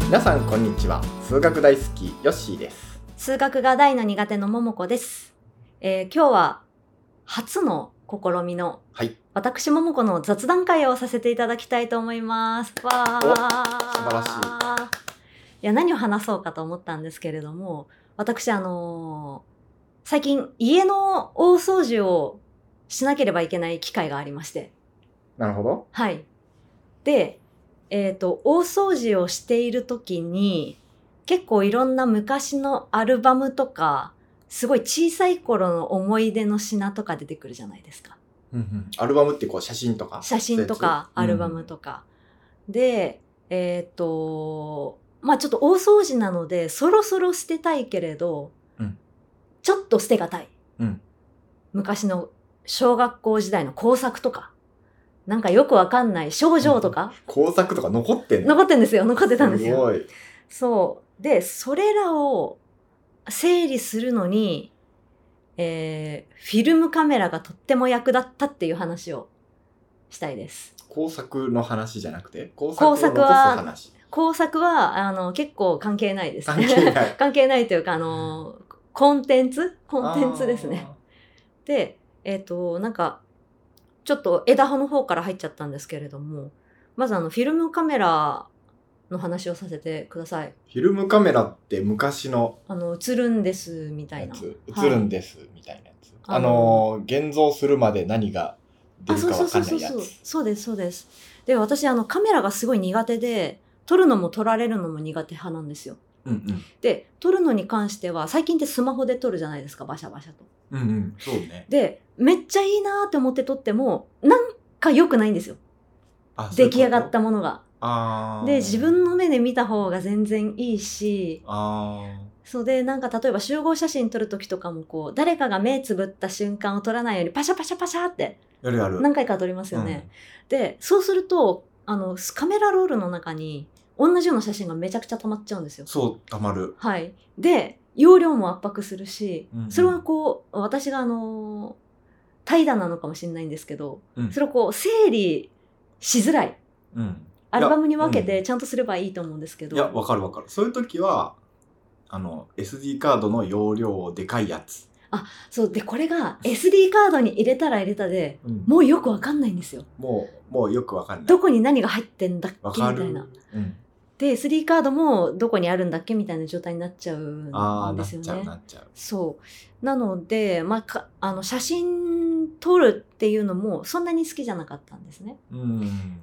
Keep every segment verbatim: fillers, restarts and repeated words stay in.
皆さんこんにちは。数学大好きヨッシーです。 数学が大の苦手のももこです、えー、今日は初の試みの、 はい、 私ももこの雑談会をさせていただきたいと思います。わー、 素晴らしい。 いや、何を話そうかと思ったんですけれども、私あのー、最近家の大掃除をしなければいけない機会がありまして。 なるほど。 はい。で、えっと、大掃除をしている時に、結構いろんな昔のアルバムとか、すごい小さい頃の思い出の品とか出てくるじゃないですか。 うんうん、アルバムってこう写真とか写真とかアルバムとか。うん、で、えっと、まあちょっと大掃除なので、そろそろ捨てたいけれど、うん、ちょっと捨てがたい。うん、昔の小学校時代の工作とか。なんかよくわかんない症状とか、 うん、工作とか残ってんの？ 残ってんですよ。残ってたんですよ。 すごい。 そう。で、それらを整理するのに、えー、フィルムカメラがとっても役立ったっていう話をしたいです。 工作の話じゃなくて、工作を残す話。 工作は、あの、結構関係ないです。 関係ない。 関係ないというか、あの、コンテンツコンテンツですね。で、えっと、なんか、ちょっと枝葉の方から入っちゃったんですけれども、まずあの、フィルムカメラの話をさせてください。 フィルムカメラって昔のあの映るんですみたいなやつ、映るんです、はい、みたいなやつ。あの現像するまで何が出るかわかんないやつ。 そうそうそうそう、そうですそうです。で、私あのカメラがすごい苦手で、撮るのも撮られるのも苦手派なんですよ。うんうん、で、撮るのに関しては最近ってスマホで撮るじゃないですか、バシャバシャと。 うんうん、そうね。 で、めっちゃいいなーって思って撮ってもなんか良くないんですよ。出来上がったものが。あで、自分の目で見た方が全然いいし、あそうで、なんか例えば集合写真撮るときとかもこう、誰かが目つぶった瞬間を撮らないようにパシャパシャパシャってやるやる何回か撮りますよね。うん、で、そうすると、あの、カメラロールの中に同じような写真がめちゃくちゃ溜まっちゃうんですよ。 そう、溜まる。 はい。で、容量も圧迫するし、うんうん、それはこう、私があの、怠惰なのかもしれないんですけど、うん、それをこう、整理しづらい。うんアルバムに分けてちゃんとすればいいと思うんですけど。 いや、わかるわかる。そういう時は、あの、エスディー カードの容量でかいやつ。 あ、そう。で、これが エスディー カードに入れたら入れたで、うん、もうよくわかんないんですよ。 もう、もうよくわかんない。 どこに何が入ってんだっけみたいな。うん、で、エスディー カードもどこにあるんだっけみたいな状態になっちゃうんですよね。 ああ、なっちゃう、なっちゃう。 そう。なので、まあ、かあの、写真撮るっていうのもそんなに好きじゃなかったんですね。うん、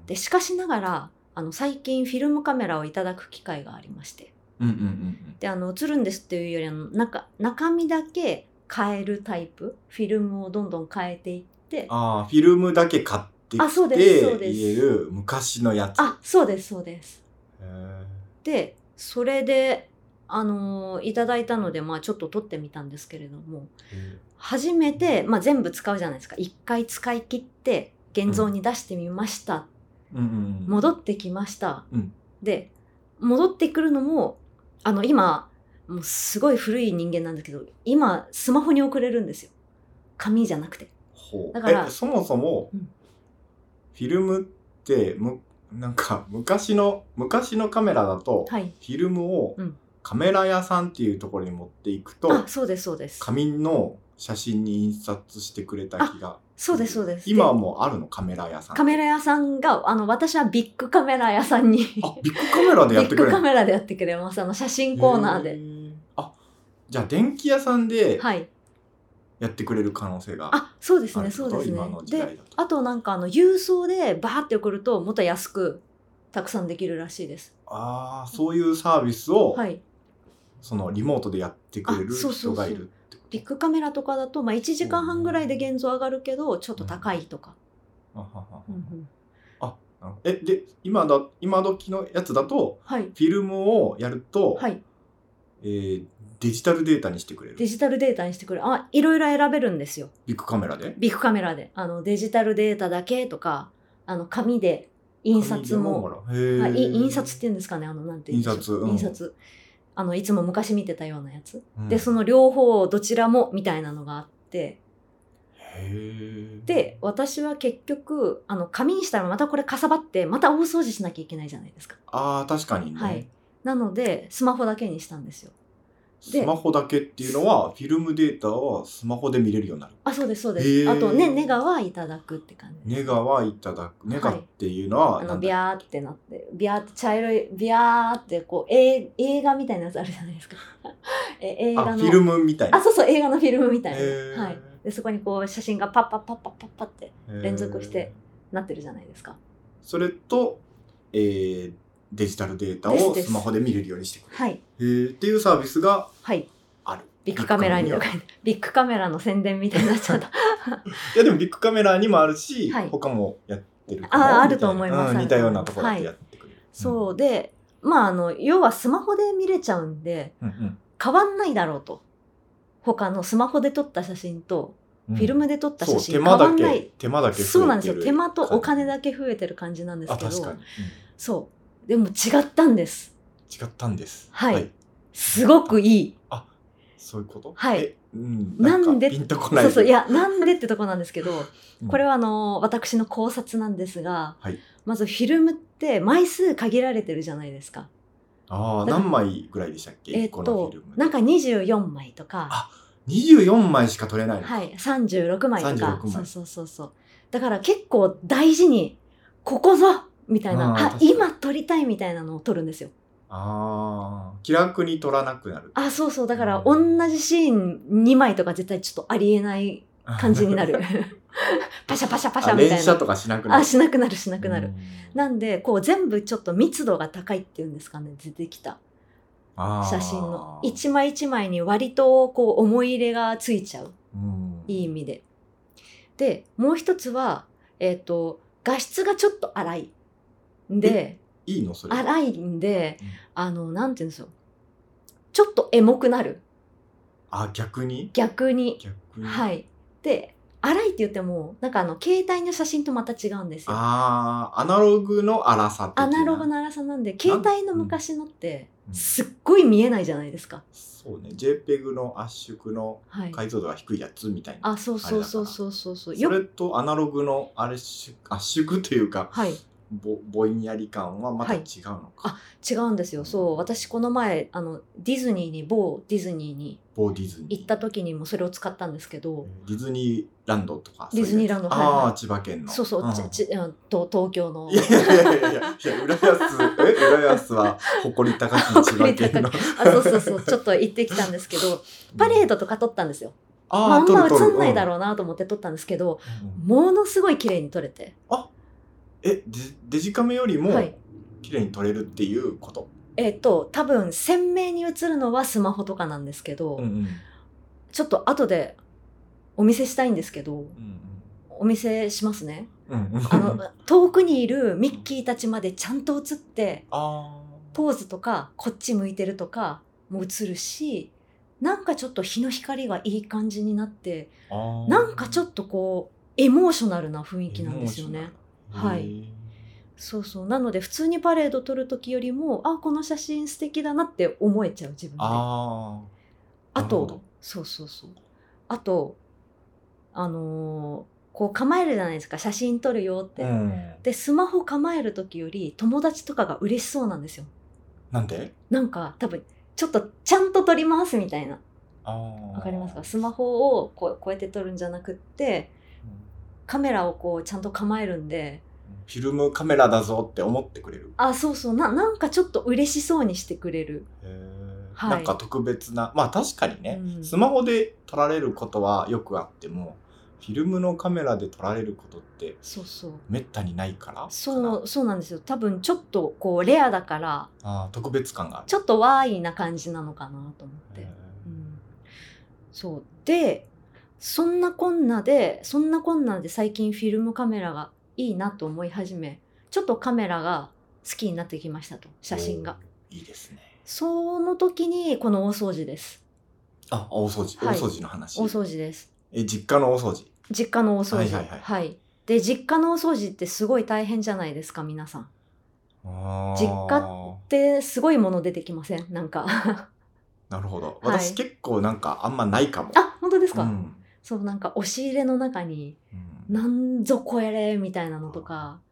で、しかしながら、あの最近フィルムカメラをいただく機会がありまして、うんうんうんうん、であの映るんですっていうよりあの 中, 中身だけ変えるタイプ、フィルムをどんどん変えていって、 ああフィルムだけ買ってきて入れる昔のやつ。 あ、そうですそうです。へでそれであのいただいたので、まあ、ちょっと撮ってみたんですけれども、初めて、まあ、全部使うじゃないですか。一回使い切って現像に出してみました、うんうんうん、戻ってきました、うん、で戻ってくるのもあの今もうすごい古い人間なんだけど、今スマホに送れるんですよ、紙じゃなくて。 ほうだからえそもそも、うん、フィルムってむなんか昔の昔のカメラだと、はい、フィルムをカメラ屋さんっていうところに持っていくと、 あ、そうですそうです、 紙の写真に印刷してくれた気が。 そうですそうです。 今はもうあるの、カメラ屋さん。 カメラ屋さんが、あの、私はビッグカメラ屋さんにあ、ビッグカメラでやってくれる。 ビッグカメラでやってくれます。あの、写真コーナーで。 あ、じゃあ電気屋さんでやってくれる可能性がある。 あ、そうですね、そうですね。今の時代だと。で、あとなんかあの、郵送でバーって送るともっと安くたくさんできるらしいです。 ああ、そういうサービスを、はい、そのリモートでやってくれる人がいる。 ビッグカメラとかだと、まあ、いちじかんはんぐらいで現像上がるけどちょっと高いとか。うん、あはは、うん、 あ、えで今だ今時のやつだと、はい、フィルムをやると、はい、えー、デジタルデータにしてくれる。 デジタルデータにしてくれる。あ、いろいろ選べるんですよ。 ビッグカメラで。 ビッグカメラであのデジタルデータだけとか、あの紙で印刷も、へ印刷っていうんですかね、あのなんていうんでしょう、印刷、うん、印刷。あのいつも昔見てたようなやつ、うん、でその両方どちらもみたいなのがあって、へで私は結局あの紙にしたらまたこれかさばってまた大掃除しなきゃいけないじゃないですか。 あー確かにね。 はい、 なのでスマホだけにしたんですよ。 スマホだけっていうのはフィルムデータはスマホで見れるようになる。 あ、そうですそうです。あとね、ネガはいただくって感じです。 ネガはいただく。ネガっていうのは、 はい、あのビャーってなってビャーって茶色いビャーってこう映画みたいなやつあるじゃないですか。え映画のフィルムみたいな。 あ、そうそう、映画のフィルムみたいな。はい。でそこにこう写真がパッパッパッパッパッパッって連続してなってるじゃないですか。 それと、えー、デジタルデータをスマホで見れるようにしてくれる。 はい。 えー、っていうサービスがある。 はい、ビッグカメラにはビッグカメラの宣伝みたいになっちゃった。いやでもビッグカメラにもあるし、はい、他もやってるかも。 ああると思います、 うん。似たようなところでやってくれる。はい、 そうで、まああの要はスマホで見れちゃうんで、うんうん、変わんないだろうと。他のスマホで撮った写真とフィルムで撮った写真、うん、変わんない。 手間だけ増えてる。 そうなんですよ。手間とお金だけ増えてる感じなんですけど。 あ、確かに。うん、 そう。でも違ったんです。 違ったんです。 はい。はい、すごくいい。 あ、そういうこと？ はい。 え、うん、 なんで、 なんかピンとこない。 そうそう、いや、なんでってとこなんですけど、うん、これはあの、私の考察なんですが、はい、まずフィルムって枚数限られてるじゃないですか。 ああ、何枚ぐらいでしたっけ？ えっと、なんかにじゅうよんまいとか。 あ、にじゅうよんまいしか撮れないのか。 はい、さんじゅうろくまいとか。 さんじゅうろくまい。 そうそうそうそう。だから結構大事に、ここぞみたいな、あ、今撮りたいみたいなのを撮るんですよ。 ああ、気楽に撮らなくなる。 あ、そうそう。だから同じシーンにまいとか絶対ちょっとありえない感じになる。パシャパシャパシャみたいな。 連写とかしなくなる。 あ、しなくなるしなくなる。なんで、こう全部ちょっと密度が高いっていうんですかね、出てきた。写真の一枚一枚に割とこう思い入れがついちゃう。いい意味で。で、もう一つは、えっと、画質がちょっと荒い。で、 いいのそれ。 荒いんで、うん、あの、なんていうんですよ。ちょっとエモくなる。 あ、逆に逆に。 逆に。 はい。で、荒いって言っても、なんかあの、携帯の写真とまた違うんですよ。 ああ、アナログの荒さってアナログの荒さなんで、携帯の昔のって、すっごい見えないじゃないですか。 そうね。ジェイペグ の圧縮の解像度が低いやつみたいな。 はい、あ、そうそうそうそうそうそう。 それとアナログの圧縮、圧縮というか、 はい。 ぼぼんやり感はまた違うのか、 はい、あ、違うんですよ。そう私この前あのディズニーに某ディズニーに某ディズニー行った時にもそれを使ったんですけど、 ディズニーランドとかディズニーランド、 はいはい、ああ千葉県のそうそう、うん、ちちと東京のいやいやいやいやいや浦安え浦安は誇り高き千葉県のあそうそうそうちょっと行ってきたんですけどパレードとか撮ったんですよ。あ、まあ、あんま映んないだろうなと思って撮ったんですけど、うん、ものすごい綺麗に撮れて。 あえデデジカメよりも綺麗に撮れるっていうこと、はい、 えっと多分鮮明に映るのはスマホとかなんですけど、うんうん、ちょっと後でお見せしたいんですけど、うんうん、お見せしますね、うんうん、あの遠くにいるミッキーたちまでちゃんと映ってポーズとかこっち向いてるとかも映るし、なんかちょっと日の光がいい感じになってなんかちょっとこうエモーショナルな雰囲気なんですよね。はい、そうそうなので普通にパレード撮る時よりもあこの写真素敵だなって思えちゃう自分で。ああとそうそうそうあとあのー、こう構えるじゃないですか写真撮るよって、うん、でスマホ構える時より友達とかが嬉しそうなんですよ。 なんで？ なんか多分ちょっとちゃんと撮りますみたいな。わかりますか？スマホをこう、こうやって撮るんじゃなくってカメラをこうちゃんと構えるんでフィルムカメラだぞって思ってくれる。 あ、そうそう な, なんかちょっと嬉しそうにしてくれる。 へ、はい、なんか特別なまあ確かにね、うん、スマホで撮られることはよくあってもフィルムのカメラで撮られることってそうそうめったにないからそうそうなんですよ。多分ちょっとこうレアだからあ特別感がある。 ちょっとワイな感じなのかなと思って、うん、そうでそんなこんなでそんなこんなで最近フィルムカメラがいいなと思い始めちょっとカメラが好きになってきましたと写真が。 いいですね。 その時にこの大掃除です。 あ大掃除、はい、大掃除の話。 大掃除です。 え実家の大掃除。 実家の大掃除、はいはいはいはい、で実家の大掃除ってすごい大変じゃないですか皆さん。あ実家ってすごいもの出てきません？なんかなるほど。私、はい、結構なんかあんまないかも。 あ本当ですか、うん、そうなんか押し入れの中に、うん、なんぞこれみたいなのとか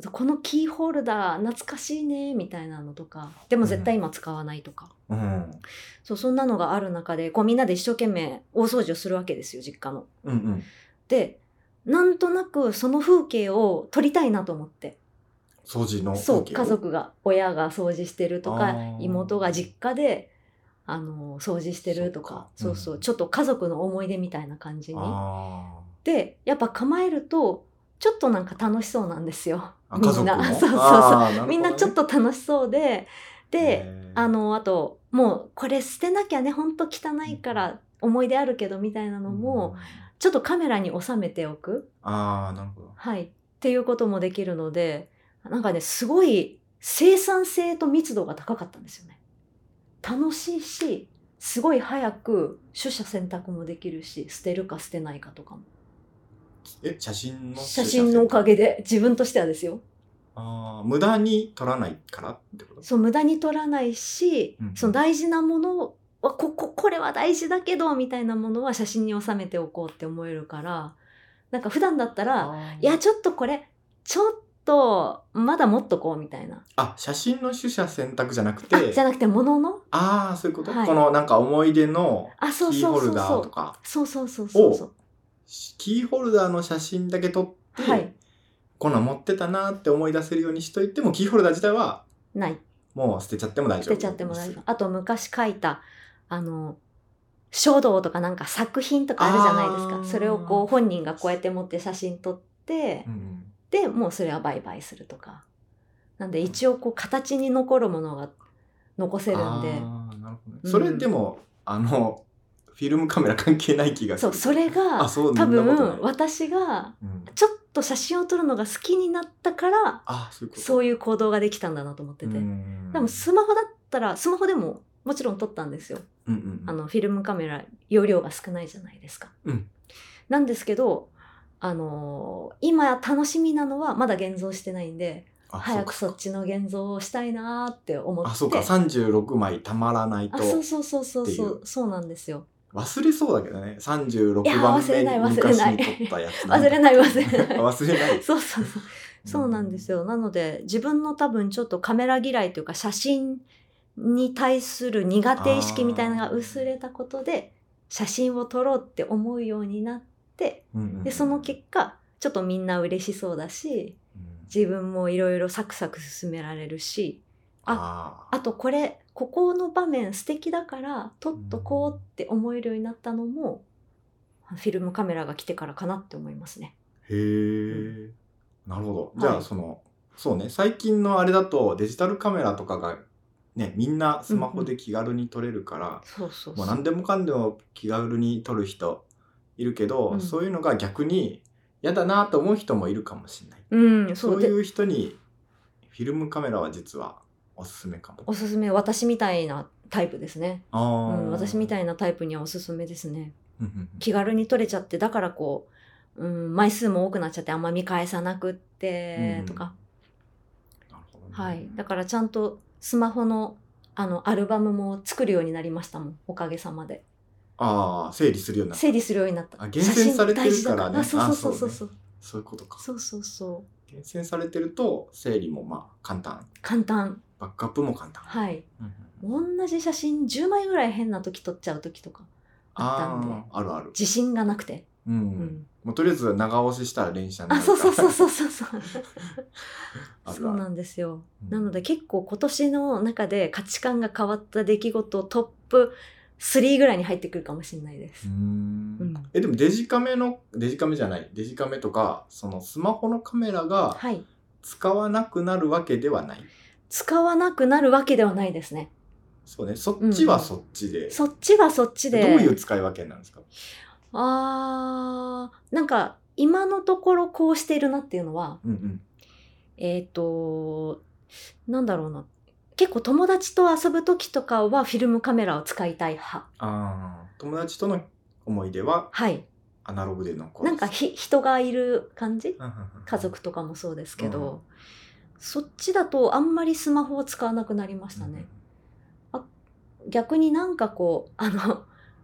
このキーホルダー懐かしいねみたいなのとか、でも絶対今使わないとか、 うん、 そうそんなのがある中でこうみんなで一生懸命大掃除をするわけですよ、実家の。 うんうん、 でなんとなくその風景を撮りたいなと思って、 掃除の風景を、 そう家族が親が掃除してるとか妹が実家であの掃除してるとか、そう、うん、そうそうちょっと家族の思い出みたいな感じに。でやっぱ構えるとちょっとなんか楽しそうなんですよ、みんな。そうそうそう、ね、みんなちょっと楽しそうで、であのあともうこれ捨てなきゃね、ほんと汚いから思い出あるけどみたいなのも、うん、ちょっとカメラに収めておく。 あー、なるほど。 はい、っていうこともできるので、なんかねすごい生産性と密度が高かったんですよね。楽しいし、すごい早く取捨選択もできるし、捨てるか捨てないかとかも。 え、写真の写真のおかげで、自分としてはですよ。 ああ、無駄に撮らないからってこと？ そう、無駄に撮らないし、うんうん、その大事なものはこここれは大事だけどみたいなものは写真に収めておこうって思えるから、なんか普段だったらいやちょっとこれちょっとまだ持っとこうみたいな。 あ、写真の取捨選択じゃなくて、 じゃなくてものの、 ああ、そういうこと、はい、このなんか思い出のキーホルダーとか、 そうそうそうそうそう、 キーホルダーの写真だけ撮って、はい、こんなん持ってたなって思い出せるようにしといても、キーホルダー自体はない、 もう捨てちゃっても大丈夫。 捨てちゃっても大丈夫。あと昔書いたあの書道とかなんか作品とかあるじゃないですか。それをこう本人がこうやって持って写真撮って、うん、でもうそれは売買するとか。なんで一応こう形に残るものが残せるんで。 あー、なるほどね。うん、それでもあのフィルムカメラ関係ない気がする。 そう、それが多分私がちょっと写真を撮るのが好きになったから、 あ、そういうこと、 そういう行動ができたんだなと思ってて。でもスマホだったらスマホでももちろん撮ったんですよ。うんうんうん、あのフィルムカメラ容量が少ないじゃないですか。うん、なんですけど、あのー、今楽しみなのはまだ現像してないんで、早くそっちの現像をしたいなって思って。 あ、そうか、さんじゅうろくまいたまらないと。 あ、そうそうそうそうそうそうなんですよ。 忘れそうだけどね、さんじゅうろくばんめに昔に撮ったやつ。 忘れない忘れない忘れない。 そうそうそうそうなんですよ。なので自分の多分ちょっとカメラ嫌いというか写真に対する苦手意識みたいなのが薄れたことで写真を撮ろうって思うようになって、うんうん、でその結果ちょっとみんな嬉しそうだし、自分もいろいろサクサク進められるし、あ、あとこれここの場面素敵だから撮っとこうって思えるようになったのも、うん、フィルムカメラが来てからかなって思いますね。 へー、うん、なるほど。じゃあ、はい、そのそうね、最近のあれだとデジタルカメラとかがね、みんなスマホで気軽に撮れるから、もう何でもかんでも気軽に撮る人いるけど、うん、そういうのが逆に嫌だなと思う人もいるかもしれない。うん、そう、そういう人にフィルムカメラは実はおすすめかも。 おすすめ、私みたいなタイプですね。あ、うん、私みたいなタイプにはおすすめですね。気軽に撮れちゃって、だからこう、うん、枚数も多くなっちゃってあんま見返さなくってとか、うん、なるほどね。はい、だからちゃんとスマホのあのアルバムも作るようになりましたもん、おかげさまで。 ああ、整理するようになった。 整理するようになった。 あ、厳選されてるからね。 あ、そうそうそうそうそう。 そういうことか。 そうそうそう。 厳選されてると整理もまあ簡単。 簡単。 バックアップも簡単。 はい。うん、同じ写真じゅうまいぐらい変な時撮っちゃう時とかあったんで。 あ、あるある。 自信がなくて。 うん。うん、もうとりあえず長押ししたら連写になるから。あ、そうそうそうそうそうそう。そうなんですよ。うん、なので結構今年の中で価値観が変わった出来事トップスリーぐらいに入ってくるかもしれないです。うーん、 うん、えでもデジカメのデジカメじゃないデジカメとかそのスマホのカメラが使わなくなるわけではない、はい、 使わなくなるわけではないですね。 そうね、そっちはそっちで、 うん、そっちはそっちでどういう使い分けなんですか？ あー、なんか今のところこうしているなっていうのは、うんうん、えっとなんだろうな、結構友達と遊ぶ時とかはフィルムカメラを使いたい派。あ、 友達との思い出は、はい、アナログでのなんかひ人がいる感じ家族とかもそうですけど、うん、そっちだとあんまりスマホを使わなくなりましたね、うん、あ逆になんかこうあの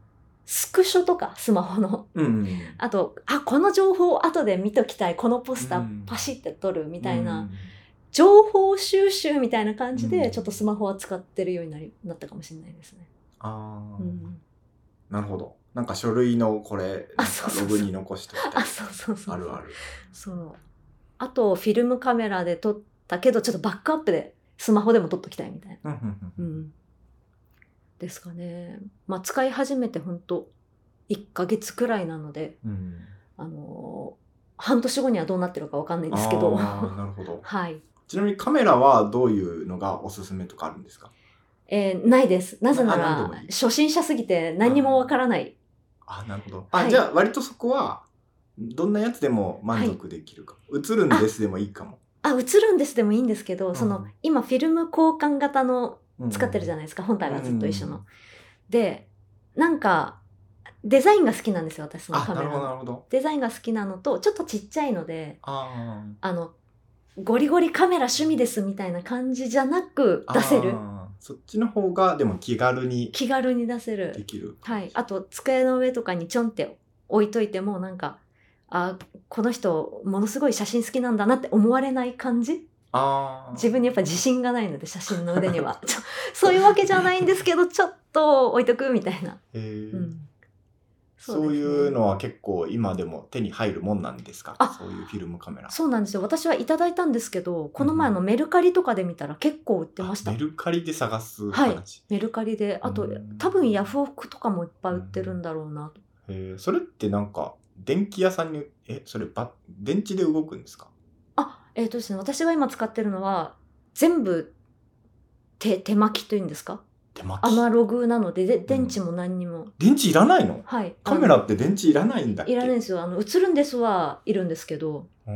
スクショとかスマホの、 うんうん、 あとあこの情報を後で見ときたい、このポスターパシッて撮るみたいな、うん、情報収集みたいな感じでちょっとスマホは使ってるようになりなったかもしれないですね。 ああ、うん、なるほど。なんか書類のこれなんかログに残しておきたい。 あ、そうそうそう。 あるある。 そう。あとフィルムカメラで撮ったけどちょっとバックアップでスマホでも撮っときたいみたいな。うん。ですかね。まあ使い始めて本当いっかげつくらいなので、うん、あの半年後にはどうなってるかわかんないんですけど。 ああ、なるほど。 はい。 ちなみにカメラはどういうのがおすすめとかあるんですか？ えー、ないです。なぜならいい初心者すぎて何にもわからない。 あ、なるほど。あ、はい、じゃあ割とそこはどんなやつでも満足できるか。はい、映るんですでもいいかも。 あ、映るんですでもいいんですけど、うん、その今フィルム交換型の使ってるじゃないですか、うん、本体はずっと一緒の。うん、で、なんかデザインが好きなんですよ、私そのカメラの。 あ、なるほどなるほど。 デザインが好きなのとちょっとちっちゃいので、ああのゴリゴリカメラ趣味ですみたいな感じじゃなく出せる。 そっちの方がでも気軽に気軽に出せる。 できる。 はい。あと机の上とかにちょんって置いといてもなんか、あ、この人ものすごい写真好きなんだなって思われない感じ。あ、自分にやっぱ自信がないので写真の腕にはそういうわけじゃないんですけどちょっと置いとくみたいな。へー、うん、 そうですね、そういうのは結構今でも手に入るもんなんですか？あ、そういうフィルムカメラ。 そうなんですよ。私はいただいたんですけど、この前のメルカリとかで見たら結構売ってました。 メルカリで探す話。はい、メルカリで。あと多分ヤフオクとかもいっぱい売ってるんだろうなと。 へえ、それってなんか電気屋さんにえそれば電池で動くんですか？ あ、えっとですね、私が今使ってるのは全部手手巻きというんですか？手巻き。アナログなので、で電池も何にも、うん、 電池いらないの？ はい。 カメラって電池いらないんだっけ？ いらないんですよ。あの映るんですはいるんですけど、うん、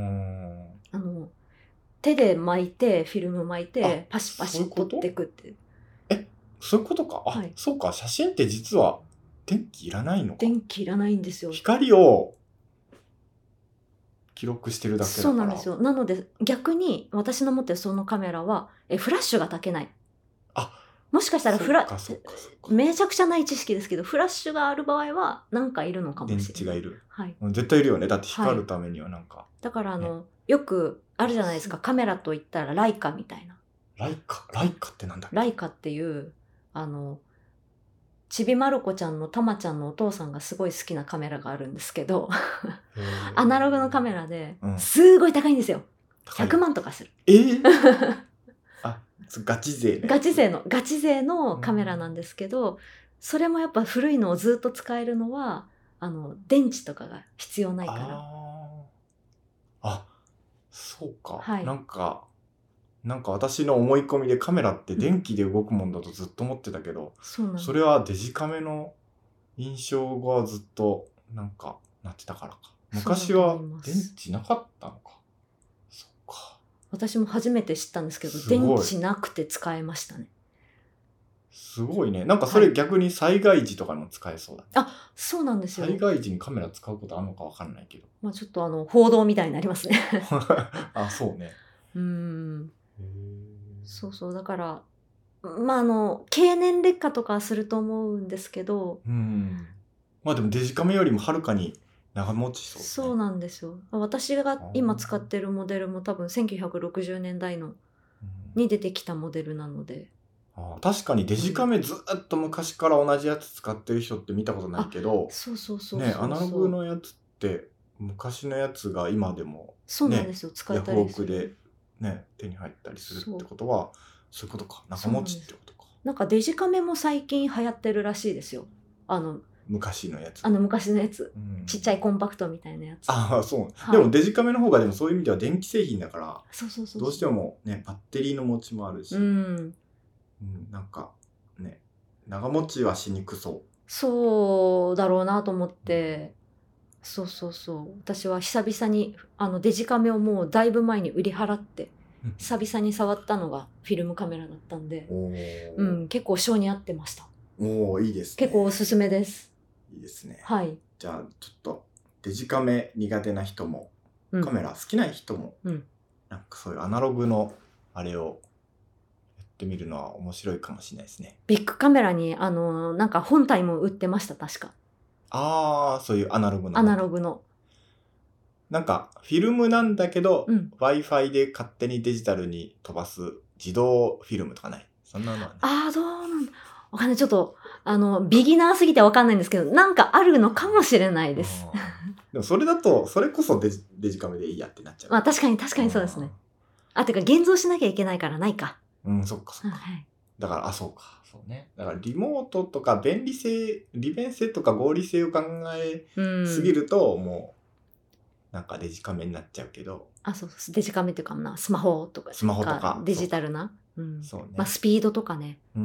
あの手で巻いてフィルム巻いてパシパシ撮っていくって。 え、そういうことか。あ、はい、そうか。写真って実は電気いらないのか。 電気いらないんですよ。 光を記録してるだけだから。 そうなんですよ。なので逆に私の持ってるそのカメラはえフラッシュが焚けない。あ、もしかしたらフラめちゃくちゃない知識ですけどフラッシュがある場合はなんかいるのかもしれない。 電池がいる。 はい。 絶対いるよね。だって光るためにはなんか。はい、 だからあの、ね、よくあるじゃないですか。カメラといったらライカみたいな。 ライカライカってなんだっけ？ ライカっていうあのちびまる子ちゃんのたまちゃんのお父さんがすごい好きなカメラがあるんですけどアナログのカメラですごい高いんですよ、うん、ひゃくまんとかする。 えー、あ、ガチ勢ね。 ガチ勢のガチ勢のカメラなんですけど、うん、それもやっぱ古いのをずっと使えるのはあの電池とかが必要ないから。 ああ、そうか、はい、なんかなんか私の思い込みでカメラって電気で動くもんだとずっと思ってたけど、うん、そうなんです。それはデジカメの印象がずっとなんかなってたからか。昔は電池なかったのか。そっか。 私も初めて知ったんですけど、電池なくて使えましたね。 すごいね。なんかそれ逆に災害時とかにも使えそうだね。 はい、あ、そうなんですよ。 災害時にカメラ使うことあるのかわかんないけど。 まあちょっとあの報道みたいになりますね。 あ、そうね。 うーん。そうそう、だからまああの経年劣化とかすると思うんですけど、 うん、まあでもデジカメよりもはるかに長持ちそうですね。 そうなんですよ。私が今使ってるモデルも多分せんきゅうひゃくろくじゅうねんだいのに出てきたモデルなので、 うん、あ、確かにデジカメずっと昔から同じやつ使ってる人って見たことないけど、 そうそうそうそう、 ね、アナログのやつって昔のやつが今でも、ね、 そうなんですよ、使えたりする。 ヤフオクで、ね、手に入ったりするってことはそういうことか、長持ちってことか。 なんかデジカメも最近流行ってるらしいですよ。あの昔のやつ。 あの昔のやつ、うん、ちっちゃいコンパクトみたいなやつ。 ああ、そう、はい、でもデジカメの方がでもそういう意味では電気製品だから、そうそうそうそう、どうしてもねバッテリーの持ちもあるし、うん、うん、なんかね長持ちはしにくそう。 そうだろうなと思って、うん、そうそうそう、私は久々にあのデジカメをもうだいぶ前に売り払って。久々に触ったのがフィルムカメラだったんで、うん、結構性に合ってました。 おー、いいですね。 結構おすすめです。 いいですね。 はい。 じゃあちょっとデジカメ苦手な人も、うん、カメラ好きな人も、うん、なんかそういうアナログのあれをやってみるのは面白いかもしれないですね。 ビッグカメラにあのなんか本体も売ってました確か。 ああ、そういうアナログの。 アナログの。 なんかフィルムなんだけど、 うん、 Wi-Fi で勝手にデジタルに飛ばす自動フィルムとかない？そんなのはね。 ああ、どうなんだ。わかんない。ちょっと、あの、ビギナーすぎてわかんないんですけど、なんかあるのかもしれないです。 でもそれだと、それこそデジ、デジカメでいいやってなっちゃう。 まあ確かに確かにそうですね。あ、てか現像しなきゃいけないからないか。 うん、そっかそっか。はい、だから、あ、そうか。そうね。だからリモートとか便利性、利便性とか合理性を考えすぎると、うん、もう、なんかデジカメになっちゃうけど。 あ、そうそう。デジカメっていうかな、スマホとか。 スマホとか。 デジタルな。うん。 そうね。 まあスピードとかね。 うん。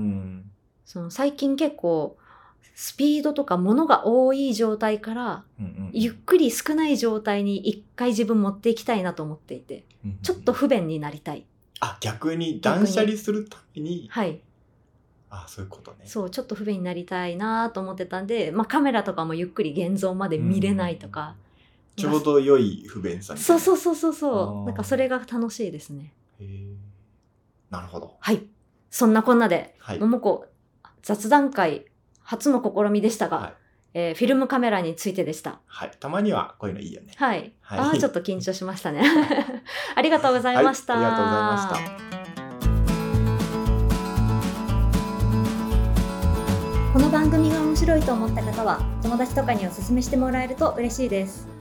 その最近結構、スピードとか物が多い状態から、うんうんうん、ゆっくり少ない状態に一回自分持っていきたいなと思っていて、うんうん、ちょっと不便になりたい。 あ、逆に断捨離するために。 はい。 あ、そういうことね。 そう、ちょっと不便になりたいなと思ってたんで、まあカメラとかもゆっくり現像まで見れないとか。 うん、ちょうど良い不便さみたいな。 そうそうそうそうそう。なんかそれが楽しいですね。 へー。なるほど。 はい。そんなこんなで、はい、桃子雑談会初の試みでしたが、はい、えー、フィルムカメラについてでした。 はい。たまにはこういうのいいよね。 はい。はい、ああ、ちょっと緊張しましたね。ありがとうございました、 はい。ありがとうございました。 この番組が面白いと思った方は、友達とかにお勧めしてもらえると嬉しいです。